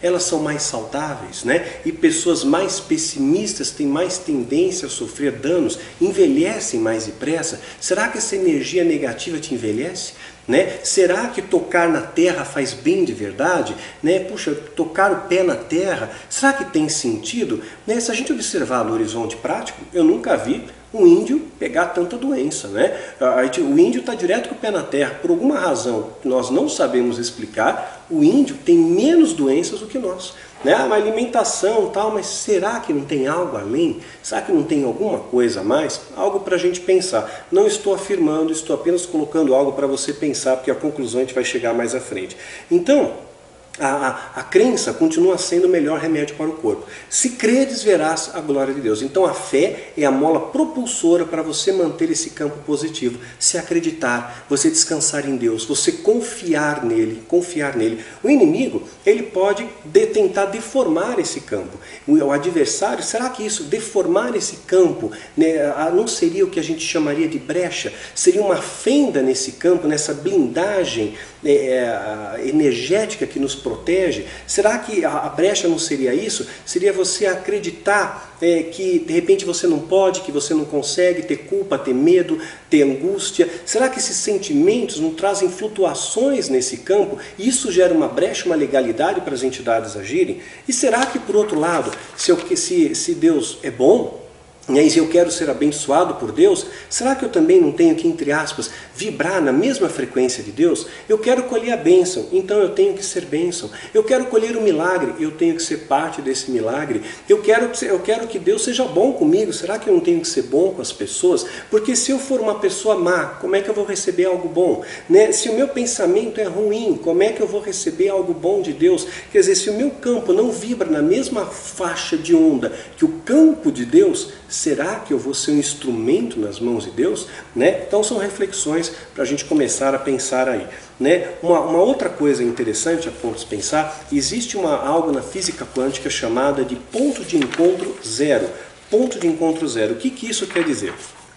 elas são mais saudáveis, né? E pessoas mais pessimistas têm mais tendência a sofrer danos, envelhecem mais depressa. Será que essa energia negativa te envelhece? Né? Será que tocar na terra faz bem de verdade? Né? Puxa, tocar o pé na terra, será que tem sentido? Né? Se a gente observar no horizonte prático, eu nunca vi um índio pegar tanta doença. Né? O índio está direto com o pé na terra, por alguma razão que nós não sabemos explicar, o índio tem menos doenças do que nós. Né? Uma alimentação tal, mas será que não tem algo além? Será que não tem alguma coisa a mais? Algo para a gente pensar. Não estou afirmando, estou apenas colocando algo para você pensar, porque a conclusão a gente vai chegar mais à frente. Então, A, a, a crença continua sendo o melhor remédio para o corpo. Se credes, verás a glória de Deus. Então a fé é a mola propulsora para você manter esse campo positivo. Se acreditar, você descansar em Deus, você confiar nele, confiar nele. O inimigo, ele pode de, tentar deformar esse campo. O, o adversário, será que isso, deformar esse campo, né, não seria o que a gente chamaria de brecha? Seria uma fenda nesse campo, nessa blindagem é, energética que nos protege? Será que a brecha não seria isso? Seria você acreditar é, que de repente você não pode, que você não consegue, ter culpa, ter medo, ter angústia? Será que esses sentimentos não trazem flutuações nesse campo? E isso gera uma brecha, uma legalidade para as entidades agirem? E será que, por outro lado, se, eu, se, se Deus é bom, e se eu quero ser abençoado por Deus, será que eu também não tenho que, entre aspas, vibrar na mesma frequência de Deus? Eu quero colher a bênção, então eu tenho que ser bênção. Eu quero colher o milagre, eu tenho que ser parte desse milagre. Eu quero, eu quero que Deus seja bom comigo, será que eu não tenho que ser bom com as pessoas? Porque se eu for uma pessoa má, como é que eu vou receber algo bom? Né? Se o meu pensamento é ruim, como é que eu vou receber algo bom de Deus? Quer dizer, se o meu campo não vibra na mesma faixa de onda que o campo de Deus, será que eu vou ser um instrumento nas mãos de Deus? Né? Então são reflexões para a gente começar a pensar aí. Né? Uma, uma outra coisa interessante a ponto de pensar, existe uma, algo na física quântica chamada de ponto de encontro zero. Ponto de encontro zero. O que, que isso quer dizer?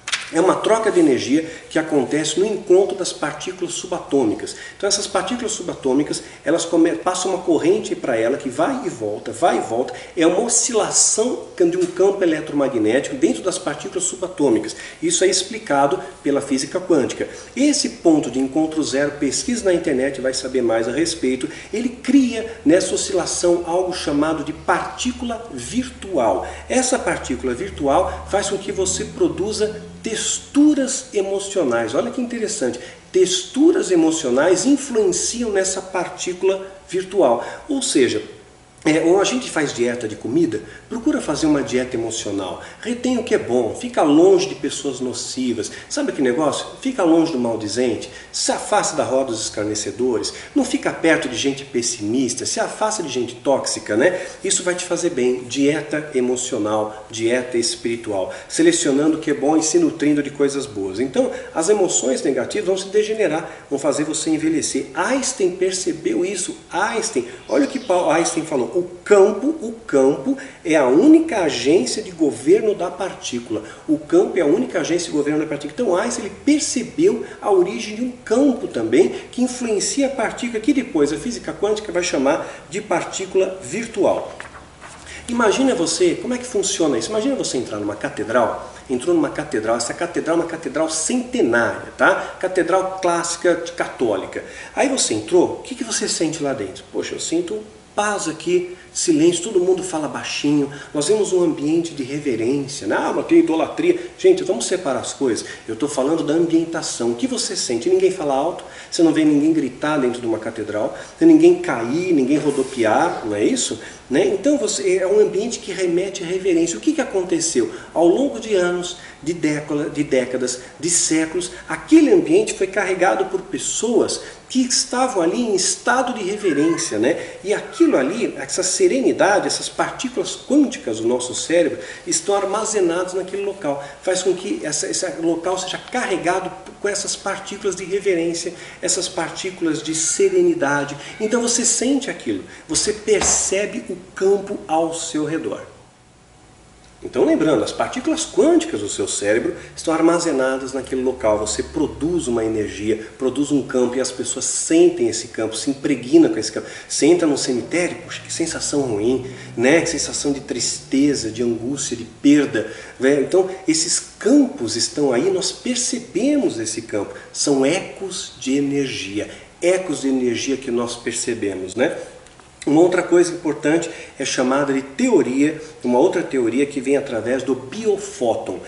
É uma troca de energia que acontece no encontro das partículas subatômicas. Então essas partículas subatômicas, elas come... passam uma corrente para ela que vai e volta, vai e volta. É uma oscilação de um campo eletromagnético dentro das partículas subatômicas. Isso é explicado pela física quântica. Esse ponto de encontro zero, pesquisa na internet, vai saber mais a respeito, ele cria nessa oscilação algo chamado de partícula virtual. Essa partícula virtual faz com que você produza texturas emocionais. Olha que interessante. Texturas emocionais influenciam nessa partícula virtual. Ou seja, É, ou a gente faz dieta de comida, procura fazer uma dieta emocional, retém o que é bom, fica longe de pessoas nocivas, sabe que negócio? Fica longe do maldizente, se afasta da roda dos escarnecedores, não fica perto de gente pessimista, se afasta de gente tóxica, né? Isso vai te fazer bem, dieta emocional, dieta espiritual, selecionando o que é bom e se nutrindo de coisas boas. Então, as emoções negativas vão se degenerar, vão fazer você envelhecer. Einstein percebeu isso, Einstein, olha o que Einstein falou, o campo, o campo é a única agência de governo da partícula. O campo é a única agência de governo da partícula. Então Einstein ele percebeu a origem de um campo também que influencia a partícula, que depois a física quântica vai chamar de partícula virtual. Imagina você, como é que funciona isso? Imagina você entrar numa catedral, entrou numa catedral, essa catedral é uma catedral centenária, tá? Catedral clássica católica. Aí você entrou, o que, que você sente lá dentro? Poxa, eu sinto paz aqui, silêncio, todo mundo fala baixinho, nós vemos um ambiente de reverência, né? Ah, mas tem idolatria. Gente, vamos separar as coisas. Eu estou falando da ambientação. O que você sente? Ninguém fala alto, você não vê ninguém gritar dentro de uma catedral, ninguém cair, ninguém rodopiar, não é isso? Né? Então você, é um ambiente que remete à reverência. O que, que aconteceu? Ao longo de anos, de décadas, de décadas, de séculos, aquele ambiente foi carregado por pessoas que estavam ali em estado de reverência, né? E aquilo ali, essa serenidade, essas partículas quânticas do nosso cérebro estão armazenadas naquele local. Faz com que essa, esse local seja carregado com essas partículas de reverência, essas partículas de serenidade. Então você sente aquilo, você percebe o campo ao seu redor. Então lembrando, as partículas quânticas do seu cérebro estão armazenadas naquele local. Você produz uma energia, produz um campo e as pessoas sentem esse campo, se impregnam com esse campo. Você entra num cemitério, puxa, que sensação ruim, né? Que sensação de tristeza, de angústia, de perda. Né? Então esses campos estão aí, nós percebemos esse campo. São ecos de energia, ecos de energia que nós percebemos, né? Uma outra coisa importante é chamada de teoria, uma outra teoria que vem através do biofóton.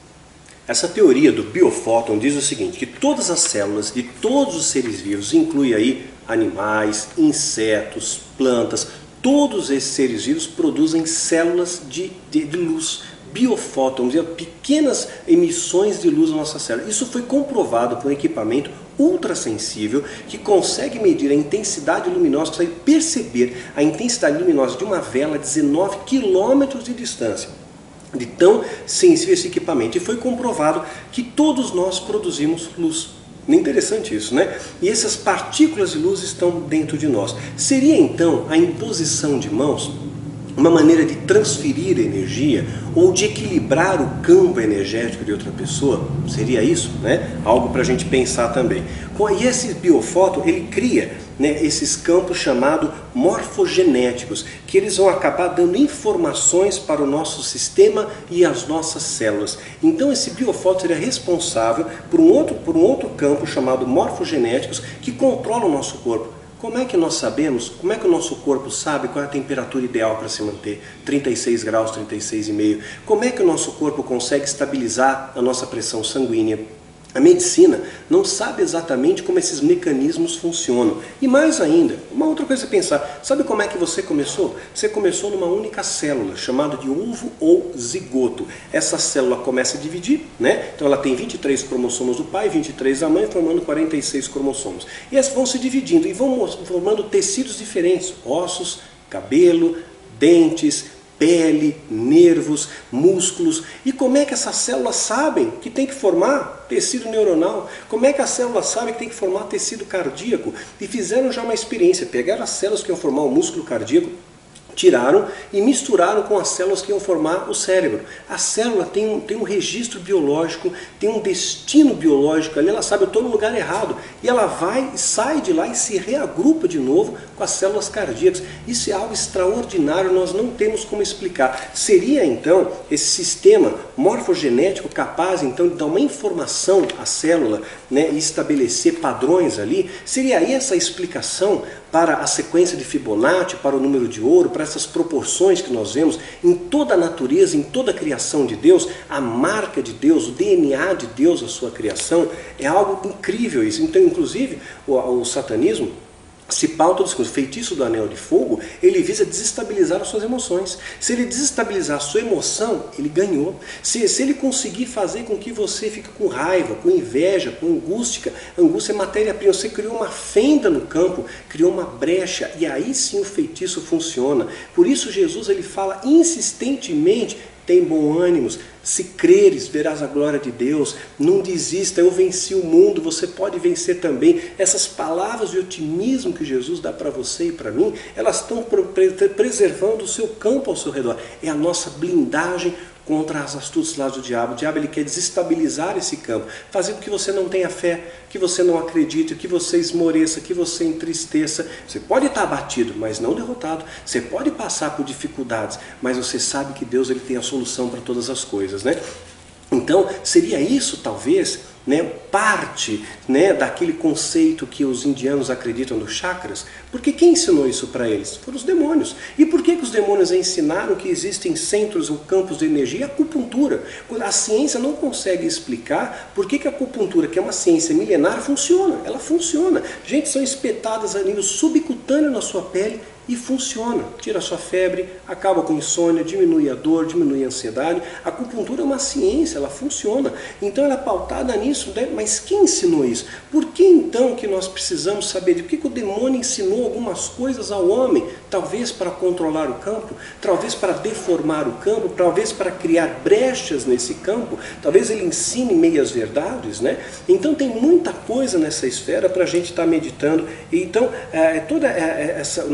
Essa teoria do biofóton diz o seguinte, que todas as células de todos os seres vivos, inclui aí animais, insetos, plantas, todos esses seres vivos produzem células de, de, de luz, biofótons, pequenas emissões de luz na nossa célula. Isso foi comprovado por um equipamento ultrassensível que consegue medir a intensidade luminosa, consegue perceber a intensidade luminosa de uma vela a dezenove quilômetros de distância. De tão sensível esse equipamento. E foi comprovado que todos nós produzimos luz. Interessante isso, né? E essas partículas de luz estão dentro de nós. Seria então a imposição de mãos uma maneira de transferir energia ou de equilibrar o campo energético de outra pessoa? Seria isso, né? Algo para a gente pensar também. E esse biofóton, ele cria, né, esses campos chamados morfogenéticos, que eles vão acabar dando informações para o nosso sistema e as nossas células. Então esse biofóton seria responsável por um outro, por um outro campo chamado morfogenéticos, que controla o nosso corpo. Como é que nós sabemos, como é que o nosso corpo sabe qual é a temperatura ideal para se manter? trinta e seis graus, trinta e seis vírgula cinco. Como é que o nosso corpo consegue estabilizar a nossa pressão sanguínea? A medicina não sabe exatamente como esses mecanismos funcionam. E mais ainda, uma outra coisa a pensar, sabe como é que você começou? Você começou numa única célula, chamada de ovo ou zigoto. Essa célula começa a dividir, né? Então ela tem vinte e três cromossomos do pai, vinte e três da mãe, formando quarenta e seis cromossomos. E elas vão se dividindo e vão formando tecidos diferentes, ossos, cabelo, dentes, pele, nervos, músculos. E como é que essas células sabem que tem que formar tecido neuronal? Como é que as células sabem que tem que formar tecido cardíaco? E fizeram já uma experiência, pegaram as células que iam formar o músculo cardíaco, tiraram e misturaram com as células que iam formar o cérebro. A célula tem um, tem um registro biológico, tem um destino biológico ali, ela sabe, eu estou no lugar errado. E ela vai, sai de lá e se reagrupa de novo com as células cardíacas. Isso é algo extraordinário, nós não temos como explicar. Seria então esse sistema morfogenético capaz então de dar uma informação à célula, né, e estabelecer padrões ali? Seria aí essa explicação para a sequência de Fibonacci, para o número de ouro, para essas proporções que nós vemos em toda a natureza, em toda a criação de Deus, a marca de Deus, o D N A de Deus, a sua criação, é algo incrível isso. Então, inclusive, o, o satanismo se pauta o feitiço do anel de fogo, ele visa desestabilizar as suas emoções. Se ele desestabilizar a sua emoção, ele ganhou. Se, se ele conseguir fazer com que você fique com raiva, com inveja, com angústia, angústia é matéria-prima, você criou uma fenda no campo, criou uma brecha, e aí sim o feitiço funciona. Por isso Jesus ele fala insistentemente: tem bom ânimo, se creres, verás a glória de Deus, não desista, eu venci o mundo, você pode vencer também. Essas palavras de otimismo que Jesus dá para você e para mim, elas estão preservando o seu campo ao seu redor. É a nossa blindagem contra as astúcias lá do diabo. O diabo ele quer desestabilizar esse campo, fazer com que você não tenha fé, que você não acredite, que você esmoreça, que você entristeça. Você pode estar abatido, mas não derrotado. Você pode passar por dificuldades, mas você sabe que Deus ele tem a solução para todas as coisas, né? Então, seria isso talvez, né, parte, né, daquele conceito que os indianos acreditam dos chakras. Porque quem ensinou isso para eles? Foram os demônios. E por que, que os demônios ensinaram que existem centros ou campos de energia? E a acupuntura. A ciência não consegue explicar por que, que a acupuntura, que é uma ciência milenar, funciona. Ela funciona. Gente, são espetadas a nível subcutâneo na sua pele e funciona. Tira a sua febre, acaba com insônia, diminui a dor, diminui a ansiedade. A acupuntura é uma ciência, ela funciona. Então ela é pautada nisso, né? Mas quem ensinou isso? Por que então que nós precisamos saber? De por que, que o demônio ensinou algumas coisas ao homem? Talvez para controlar o campo, talvez para deformar o campo, talvez para criar brechas nesse campo, talvez ele ensine meias verdades, né? Então tem muita coisa nessa esfera para a gente estar meditando. Então é, toda essa, o nosso risco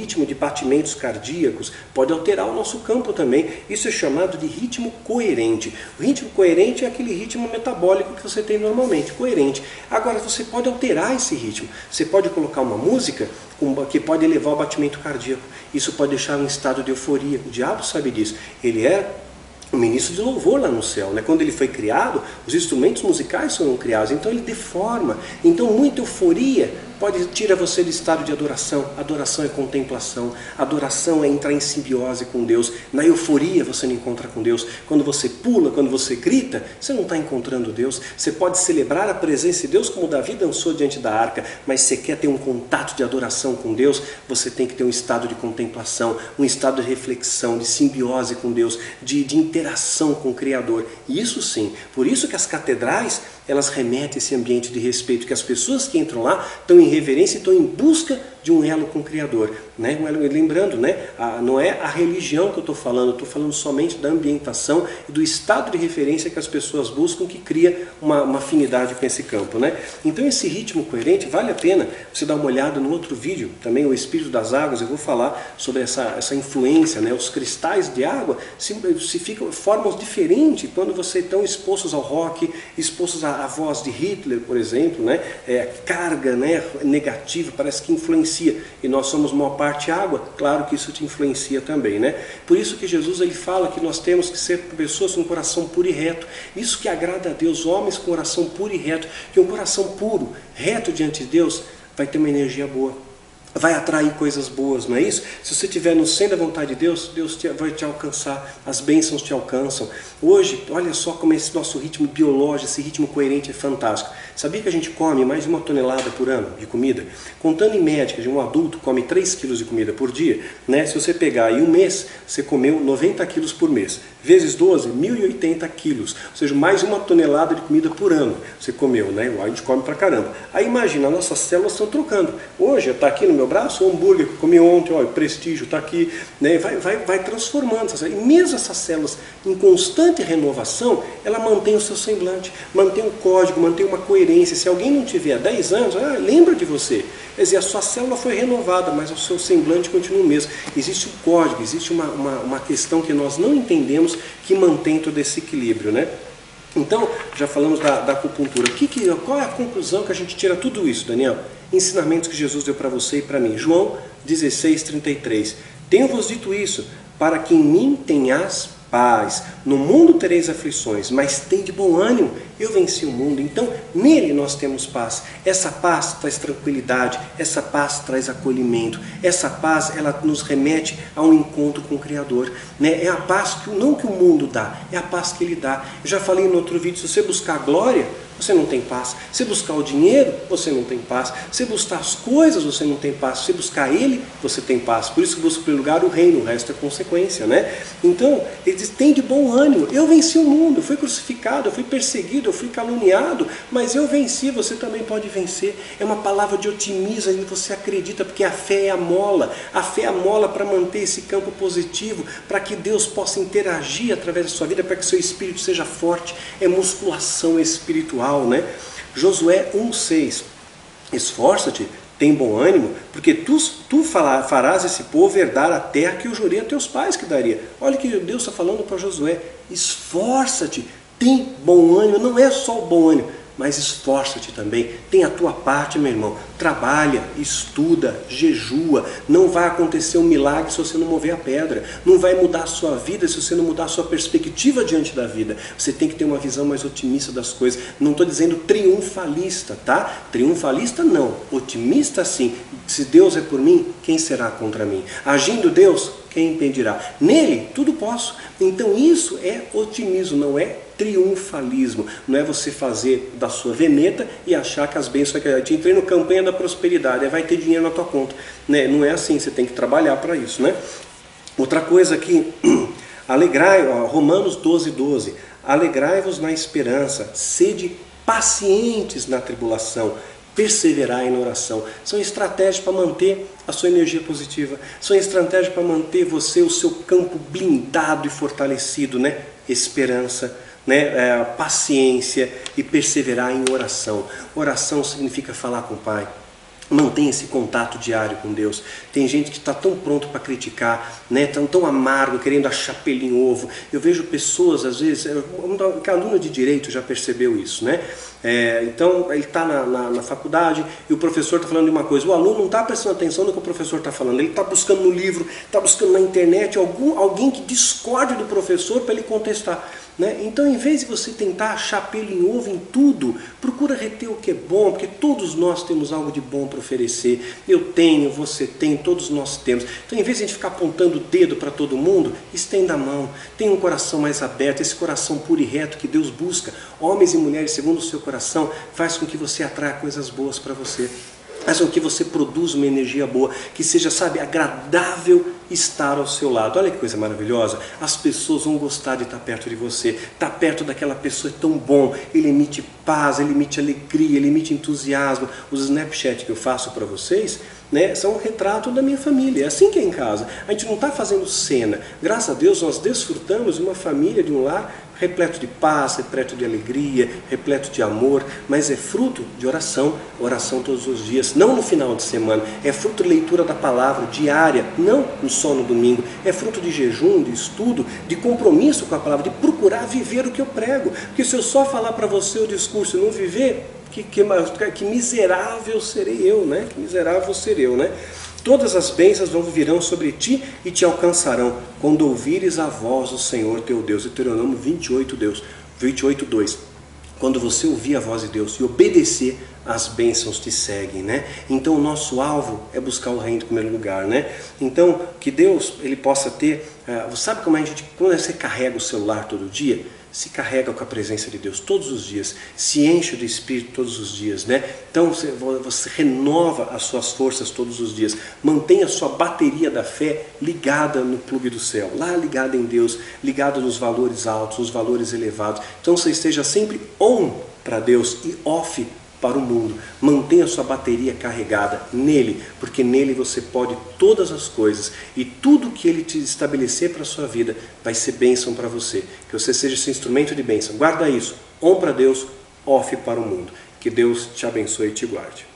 ritmo de batimentos cardíacos, pode alterar o nosso campo também. Isso é chamado de ritmo coerente. O ritmo coerente é aquele ritmo metabólico que você tem normalmente, coerente. Agora, você pode alterar esse ritmo. Você pode colocar uma música que pode elevar o batimento cardíaco. Isso pode deixar em estado de euforia. O diabo sabe disso. Ele é o ministro de louvor lá no céu, né? Quando ele foi criado, os instrumentos musicais foram criados, então ele deforma. Então muita euforia pode tirar você do estado de adoração. Adoração é contemplação, adoração é entrar em simbiose com Deus. Na euforia você não encontra com Deus. Quando você pula, quando você grita, você não está encontrando Deus. Você pode celebrar a presença de Deus como Davi dançou diante da arca, mas você quer ter um contato de adoração com Deus, você tem que ter um estado de contemplação, um estado de reflexão, de simbiose com Deus, de, de interação com o Criador. Isso sim, por isso que as catedrais, elas remetem a esse ambiente de respeito, que as pessoas que entram lá estão em reverência e estão em busca de um elo com o Criador. Né? Lembrando, né? a, não é a religião que eu estou falando, eu estou falando somente da ambientação e do estado de referência que as pessoas buscam, que cria uma, uma afinidade com esse campo. Né? Então esse ritmo coerente, vale a pena você dar uma olhada no outro vídeo, também o Espírito das Águas, eu vou falar sobre essa, essa influência, né? Os cristais de água se, se ficam, formam diferentes quando você estão expostos ao rock, expostos à, à voz de Hitler, por exemplo, né? É, carga, né? Negativa, parece que influencia. E nós somos maior parte água, claro que isso te influencia também, né? Por isso que Jesus ele fala que nós temos que ser pessoas com um coração puro e reto. Isso que agrada a Deus, homens com coração puro e reto. Que um coração puro, reto diante de Deus, vai ter uma energia boa. Vai atrair coisas boas, não é isso? Se você estiver no centro da vontade de Deus, Deus te, vai te alcançar, as bênçãos te alcançam. Hoje, olha só como esse nosso ritmo biológico, esse ritmo coerente é fantástico. Sabia que a gente come mais de uma tonelada por ano de comida? Contando em média, um adulto come três quilos de comida por dia, né? Se você pegar aí um mês, você comeu noventa quilos por mês. Vezes doze, mil e oitenta quilos. Ou seja, mais uma tonelada de comida por ano você comeu, né? A gente come pra caramba. Aí imagina, as nossas células estão trocando. Hoje está aqui no meu braço o hambúrguer que eu comi ontem, ó, o Prestígio está aqui, né? vai, vai, vai transformando. E mesmo essas células em constante renovação, ela mantém o seu semblante, mantém um código, mantém uma coerência. Se alguém não tiver há dez anos, ah, lembra de você. Quer dizer, a sua célula foi renovada, mas o seu semblante continua o mesmo. Existe um código, existe uma, uma, uma questão que nós não entendemos que mantém todo esse equilíbrio, né? Então, já falamos da, da acupuntura. Que, que, qual é a conclusão que a gente tira tudo isso, Daniel? Ensinamentos que Jesus deu para você e para mim. João dezesseis, trinta e três. Tenho-vos dito isso, para que em mim tenhas paz. No mundo tereis aflições, mas tem de bom ânimo. Eu venci o mundo. Então, nele nós temos paz. Essa paz traz tranquilidade. Essa paz traz acolhimento. Essa paz, ela nos remete a um encontro com o Criador. Né? É a paz que não que o mundo dá, é a paz que ele dá. Eu já falei no outro vídeo, se você buscar glória, você não tem paz. Se buscar o dinheiro, você não tem paz. Se buscar as coisas, você não tem paz. Se buscar Ele, você tem paz. Por isso que busca em primeiro lugar o reino, o resto é consequência, né? Então, ele diz, tem de bom ânimo. Eu venci o mundo, eu fui crucificado, eu fui perseguido, eu fui caluniado, mas eu venci, você também pode vencer. É uma palavra de otimismo, em que você acredita, porque a fé é a mola. A fé é a mola para manter esse campo positivo, para que Deus possa interagir através da sua vida, para que seu espírito seja forte. É musculação espiritual. Né? Josué um, seis. Esforça-te, tem bom ânimo, porque tu, tu farás esse povo herdar a terra que eu jurei a teus pais que daria. Olha o que Deus está falando para Josué. Esforça-te, tem bom ânimo. Não é só o bom ânimo, mas esforça-te também. Tem a tua parte, meu irmão. Trabalha, estuda, jejua. Não vai acontecer um milagre se você não mover a pedra. Não vai mudar a sua vida se você não mudar a sua perspectiva diante da vida. Você tem que ter uma visão mais otimista das coisas. Não estou dizendo triunfalista, tá? Triunfalista não. Otimista sim. Se Deus é por mim, quem será contra mim? Agindo Deus, quem impedirá? Nele, tudo posso. Então isso é otimismo, não é triunfalismo. Não é você fazer da sua veneta e achar que as bênçãos... Eu te entrei no campanha da prosperidade, aí vai ter dinheiro na tua conta. Né? Não é assim, você tem que trabalhar para isso. Né? Outra coisa aqui, alegrai, ó, Romanos doze, doze. Alegrai-vos na esperança, sede pacientes na tribulação, perseverar na oração. São estratégias para manter a sua energia positiva. São estratégias para manter você, o seu campo blindado e fortalecido, né? Esperança, né? É, paciência e perseverar em oração. Oração significa falar com o Pai. Mantenha esse contato diário com Deus. Tem gente que está tão pronto para criticar, né? tão, tão amargo, querendo achar pelo em ovo. Eu vejo pessoas, às vezes, que aluno de direito já percebeu isso, né? É, então, ele está na, na, na faculdade e o professor está falando de uma coisa. O aluno não está prestando atenção no que o professor está falando. Ele está buscando no livro, está buscando na internet algum, alguém que discorde do professor para ele contestar. Né? Então, em vez de você tentar achar pelo em ovo em tudo, procura reter o que é bom, porque todos nós temos algo de bom para oferecer. Eu tenho, você tem, todos nós temos. Então, em vez de a gente ficar apontando o dedo para todo mundo, estenda a mão. Tenha um coração mais aberto, esse coração puro e reto que Deus busca. Homens e mulheres, segundo o seu coração, faz com que você atraia coisas boas para você. Faz com que você produza uma energia boa, que seja, sabe, agradável estar ao seu lado. Olha que coisa maravilhosa. As pessoas vão gostar de estar perto de você. Estar perto daquela pessoa é tão bom. Ele emite paz, ele emite alegria, ele emite entusiasmo. Os Snapchat que eu faço para vocês, né, são um retrato da minha família. É assim que é em casa. A gente não está fazendo cena. Graças a Deus nós desfrutamos de uma família, de um lar repleto de paz, repleto de alegria, repleto de amor, mas é fruto de oração, oração todos os dias, não no final de semana, é fruto de leitura da palavra diária, não só no domingo, é fruto de jejum, de estudo, de compromisso com a palavra, de procurar viver o que eu prego, porque se eu só falar para você o discurso e não viver, que, que, que miserável serei eu, né? Que miserável serei eu, né? Todas as bênçãos vão virão sobre ti e te alcançarão quando ouvires a voz do Senhor teu Deus. Deuteronômio vinte e oito, Deus, vinte e oito, dois. Quando você ouvir a voz de Deus e obedecer, as bênçãos te seguem, né? Então o nosso alvo é buscar o reino em primeiro lugar, né? Então que Deus ele possa ter, uh, sabe como a gente, quando você carrega o celular todo dia, se carrega com a presença de Deus todos os dias, se enche do Espírito todos os dias, né? Então você, você renova as suas forças todos os dias, mantenha a sua bateria da fé ligada no clube do céu, lá ligada em Deus, ligada nos valores altos, nos valores elevados. Então você esteja sempre on para Deus e off para o mundo. Mantenha a sua bateria carregada nele, porque nele você pode todas as coisas e tudo que ele te estabelecer para a sua vida vai ser bênção para você. Que você seja esse instrumento de bênção. Guarda isso. On para Deus, off para o mundo. Que Deus te abençoe e te guarde.